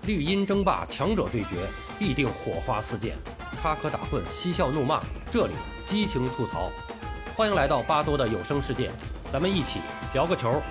绿茵争霸，强者对决，必定火花四溅，插科打诨，嬉笑怒骂，这里激情吐槽。欢迎来到巴多的有声世界，咱们一起聊个球。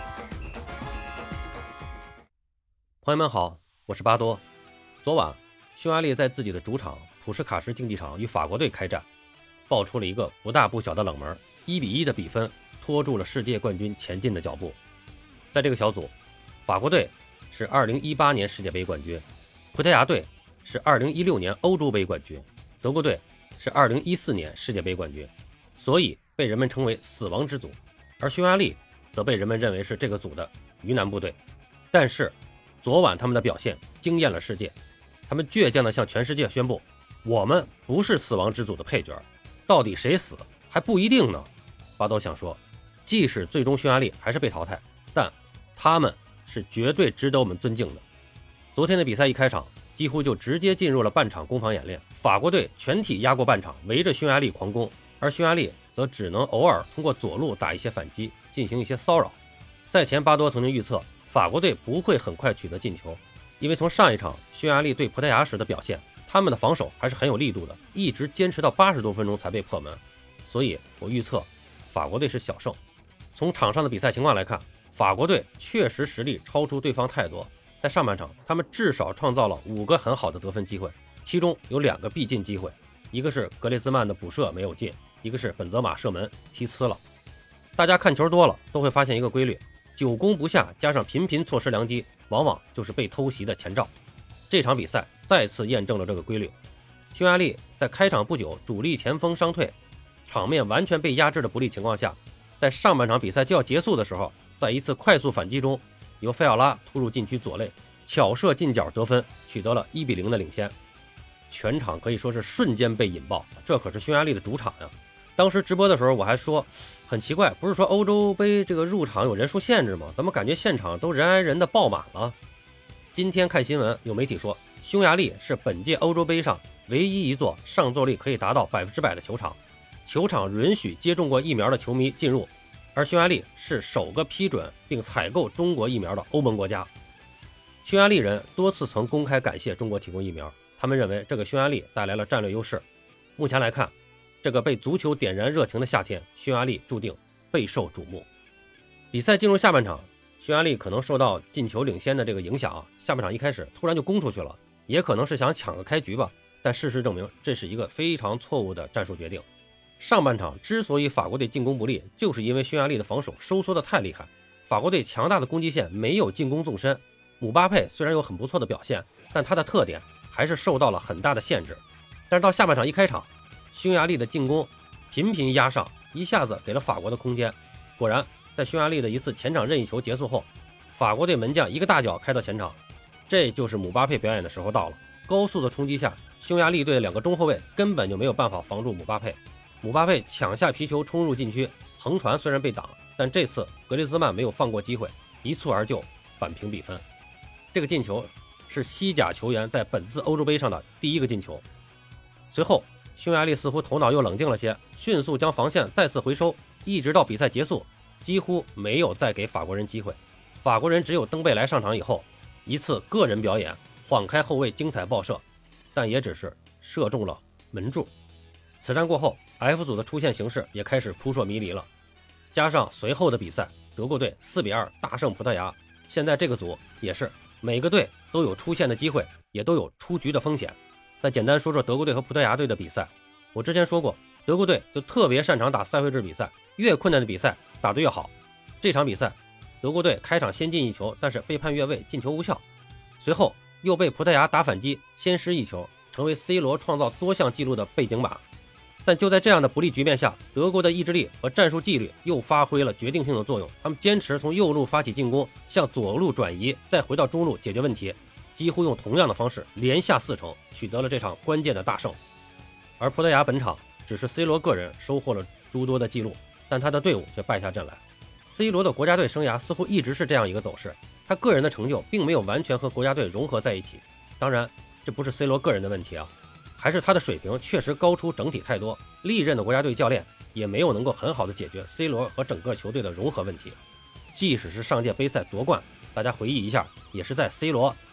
朋友们好，我是巴多。昨晚，匈牙利在自己的主场普什卡什竞技场与法国队开战，爆出了一个不大不小的冷门，1-1的比分拖住了世界冠军前进的脚步。在这个小组，法国队是2018年世界杯冠军，葡萄牙队是2016年欧洲杯冠军，德国队是2014年世界杯冠军，所以被人们称为死亡之组。而匈牙利则被人们认为是这个组的鱼腩部队。但是昨晚他们的表现惊艳了世界，他们倔强地向全世界宣布，我们不是死亡之组的配角，到底谁死还不一定呢。巴多想说，即使最终匈牙利还是被淘汰，但他们是绝对值得我们尊敬的。昨天的比赛一开场，几乎就直接进入了半场攻防演练，法国队全体压过半场，围着匈牙利狂攻，而匈牙利则只能偶尔通过左路打一些反击，进行一些骚扰。赛前巴多曾经预测法国队不会很快取得进球，因为从上一场匈牙利对葡萄牙时的表现，他们的防守还是很有力度的，一直坚持到80多分钟才被破门，所以我预测法国队是小胜。从场上的比赛情况来看，法国队确实实力超出对方太多，在上半场他们至少创造了5个很好的得分机会，其中有2个必进机会，一个是格列兹曼的补射没有进，一个是本泽马射门踢呲了。大家看球多了都会发现一个规律，久攻不下加上频频错失良机，往往就是被偷袭的前兆。这场比赛再次验证了这个规律。匈牙利在开场不久主力前锋伤退，场面完全被压制的不利情况下，在上半场比赛就要结束的时候，在一次快速反击中，由费奥拉突入禁区左肋，巧射近角得分，取得了1-0的领先。全场可以说是瞬间被引爆，这可是匈牙利的主场呀。当时直播的时候我还说很奇怪，不是说欧洲杯这个入场有人数限制吗？怎么感觉现场都人挨人的爆满了？今天看新闻，有媒体说匈牙利是本届欧洲杯上唯一一座上座率可以达到100%的球场，球场允许接种过疫苗的球迷进入，而匈牙利是首个批准并采购中国疫苗的欧盟国家。匈牙利人多次曾公开感谢中国提供疫苗，他们认为这个匈牙利带来了战略优势。目前来看，这个被足球点燃热情的夏天，匈牙利注定备受瞩目。比赛进入下半场，匈牙利可能受到进球领先的这个影响，下半场一开始突然就攻出去了，也可能是想抢个开局吧，但事实证明这是一个非常错误的战术决定。上半场之所以法国队进攻不利，就是因为匈牙利的防守收缩的太厉害，法国队强大的攻击线没有进攻纵深。姆巴佩虽然有很不错的表现，但他的特点还是受到了很大的限制。但是到下半场一开场，匈牙利的进攻频频压上，一下子给了法国的空间。果然在匈牙利的一次前场任意球结束后，法国队门将一个大脚开到前场，这就是姆巴佩表演的时候到了。高速的冲击下，匈牙利队的2个中后卫根本就没有办法防住姆巴佩。姆巴佩抢下皮球冲入禁区，横传虽然被挡，但这次格列兹曼没有放过机会，一蹴而就扳平比分。这个进球是西甲球员在本次欧洲杯上的第1个进球。随后匈牙利似乎头脑又冷静了些，迅速将防线再次回收，一直到比赛结束几乎没有再给法国人机会。法国人只有登贝莱上场以后一次个人表演，晃开后卫精彩爆射，但也只是射中了门柱。此战过后 F 组的出线形势也开始扑朔迷离了，加上随后的比赛，德国队4-2大胜葡萄牙，现在这个组也是每个队都有出线的机会，也都有出局的风险。再简单说说德国队和葡萄牙队的比赛，我之前说过，德国队就特别擅长打赛会制比赛，越困难的比赛打得越好。这场比赛德国队开场先进1球，但是被判越位，进球无效，随后又被葡萄牙打反击，先失1球，成为 C 罗创造多项纪录的背景板。但就在这样的不利局面下，德国的意志力和战术纪律又发挥了决定性的作用，他们坚持从右路发起进攻，向左路转移，再回到中路解决问题，几乎用同样的方式连下4城，取得了这场关键的大胜。而葡萄牙本场只是 C 罗个人收获了诸多的记录，但他的队伍却败下阵来。C 罗的国家队生涯似乎一直是这样一个走势，他个人的成就并没有完全和国家队融合在一起。当然这不是 C 罗个人的问题啊，还是他的水平确实高出整体太多，历任的国家队教练也没有能够很好的解决 C 罗和整个球队的融合问题。即使是上届杯赛夺冠，大家回忆一下，也是在 C 罗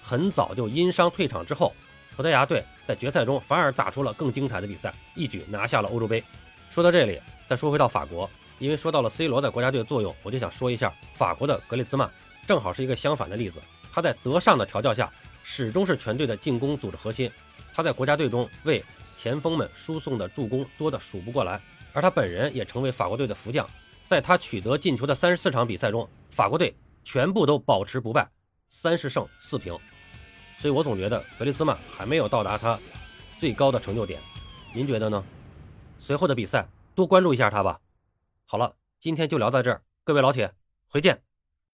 很早就因伤退场之后，葡萄牙队在决赛中反而打出了更精彩的比赛，一举拿下了欧洲杯。说到这里，再说回到法国，因为说到了 C 罗在国家队的作用，我就想说一下法国的格列兹曼，正好是一个相反的例子。他在德尚的调教下，始终是全队的进攻组织核心。他在国家队中为前锋们输送的助攻多得数不过来，而他本人也成为法国队的福将。在他取得进球的34场比赛中，法国队全部都保持不败，30胜4平。所以我总觉得格列兹曼还没有到达他最高的成就点，您觉得呢？随后的比赛多关注一下他吧。好了，今天就聊到这儿，各位老铁，回见。